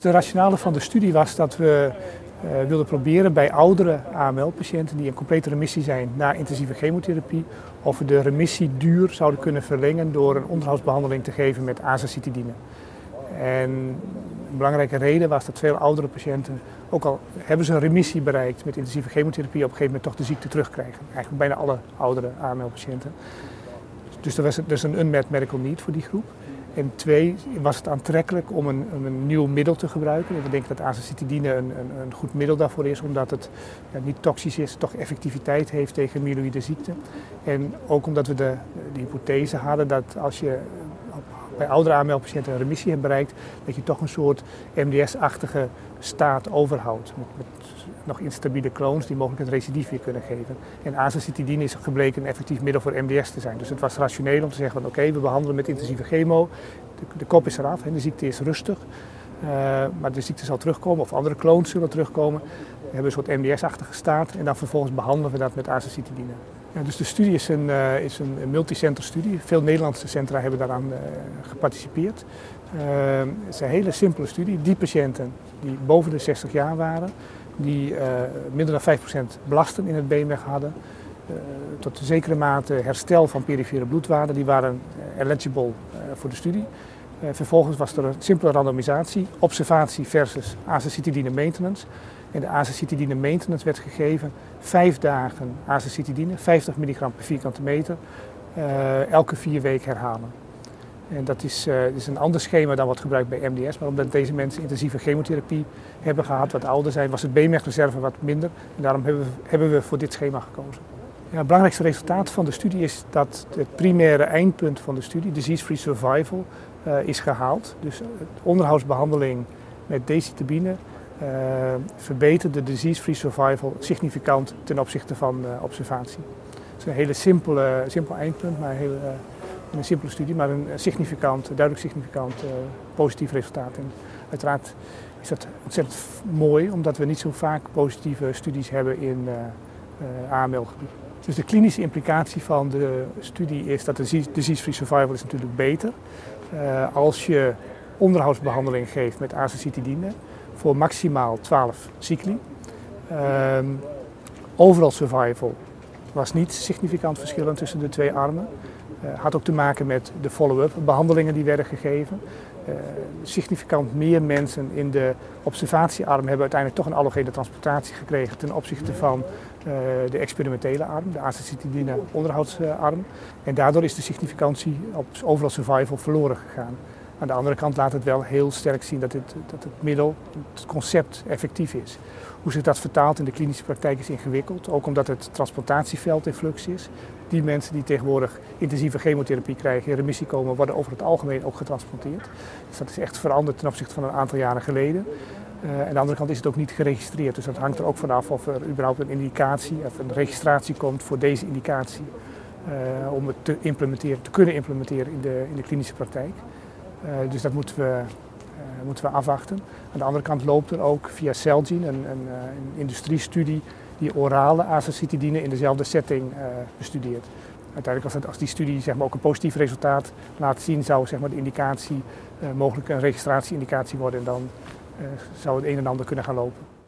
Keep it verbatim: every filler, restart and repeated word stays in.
De rationale van de studie was dat we uh, wilden proberen bij oudere A M L-patiënten die in complete remissie zijn na intensieve chemotherapie, of we de remissieduur zouden kunnen verlengen door een onderhoudsbehandeling te geven met azacitidine. En een belangrijke reden was dat veel oudere patiënten, ook al hebben ze een remissie bereikt met intensieve chemotherapie, op een gegeven moment toch de ziekte terugkrijgen. Eigenlijk bijna alle oudere A M L-patiënten. Dus er was dus een unmet medical need voor die groep. En twee, was het aantrekkelijk om een, een nieuw middel te gebruiken. En we denken dat azacitidine een, een, een goed middel daarvoor is, omdat het ja, niet toxisch is, toch effectiviteit heeft tegen myeloïde ziekte. En ook omdat we de, de hypothese hadden dat als je bij oudere A M L-patiënten een remissie hebt bereikt, dat je toch een soort M D S-achtige staat overhoudt. Met, met nog instabiele clones die mogelijk het recidief weer kunnen geven. En azacitidine is gebleken een effectief middel voor M D S te zijn. Dus het was rationeel om te zeggen van oké, okay, we behandelen met intensieve chemo, de, de kop is eraf en de ziekte is rustig. Uh, maar de ziekte zal terugkomen of andere clones zullen terugkomen. We hebben een soort M D S-achtige staat en dan vervolgens behandelen we dat met azacitidine. Ja, dus de studie is een, uh, is een multicenter studie. Veel Nederlandse centra hebben daaraan uh, geparticipeerd. Uh, het is een hele simpele studie. Die patiënten die boven de zestig jaar waren, die uh, minder dan vijf procent belasten in het beenmerg hadden, uh, tot een zekere mate herstel van perifere bloedwaarden, die waren uh, eligible uh, voor de studie. Uh, vervolgens was er een simpele randomisatie, observatie versus azacitidine maintenance. En de azacitidine maintenance werd gegeven vijf dagen azacitidine, vijftig milligram per vierkante meter, uh, elke vier weken herhalen. En dat is, uh, is een ander schema dan wat gebruikt bij M D S, maar omdat deze mensen intensieve chemotherapie hebben gehad, wat ouder zijn, was het beenmergreserve wat minder. En daarom hebben we, hebben we voor dit schema gekozen. Ja, het belangrijkste resultaat van de studie is dat het primaire eindpunt van de studie, disease-free survival, uh, is gehaald. Dus de onderhoudsbehandeling met decitabine uh, verbetert de disease-free survival significant ten opzichte van uh, observatie. Het is een hele simpele, simpel eindpunt, maar een hele, uh, een simpele studie, maar een significant, duidelijk significant uh, positief resultaat. En uiteraard is dat ontzettend mooi, omdat we niet zo vaak positieve studies hebben in uh, uh, A M L-gebied. Dus de klinische implicatie van de studie is dat de disease-free survival is natuurlijk beter uh, als je onderhoudsbehandeling geeft met azacitidine voor maximaal twaalf cycli. Uh, overall survival was niet significant verschillend tussen de twee armen. Uh, had ook te maken met de follow-up behandelingen die werden gegeven. Uh, significant meer mensen in de observatiearm hebben uiteindelijk toch een allogene transplantatie gekregen ten opzichte van uh, de experimentele arm, de azacitidine onderhoudsarm. En daardoor is de significantie op overall survival verloren gegaan. Aan de andere kant laat het wel heel sterk zien dat het, dat het middel, het concept effectief is. Hoe zich dat vertaalt in de klinische praktijk is ingewikkeld, ook omdat het transplantatieveld in flux is. Die mensen die tegenwoordig intensieve chemotherapie krijgen, in remissie komen, worden over het algemeen ook getransplanteerd. Dus dat is echt veranderd ten opzichte van een aantal jaren geleden. Uh, aan de andere kant is het ook niet geregistreerd, dus dat hangt er ook vanaf of er überhaupt een indicatie of een registratie komt voor deze indicatie. Uh, om het te implementeren, te kunnen implementeren in de, in de klinische praktijk. Uh, dus dat moeten we, uh, moeten we afwachten. Aan de andere kant loopt er ook via Celgene een, een, een industriestudie die orale azacitidine in dezelfde setting uh, bestudeert. Uiteindelijk als, het, als die studie zeg maar, ook een positief resultaat laat zien, zou zeg maar, de indicatie uh, mogelijk een registratie-indicatie worden en dan uh, zou het een en ander kunnen gaan lopen.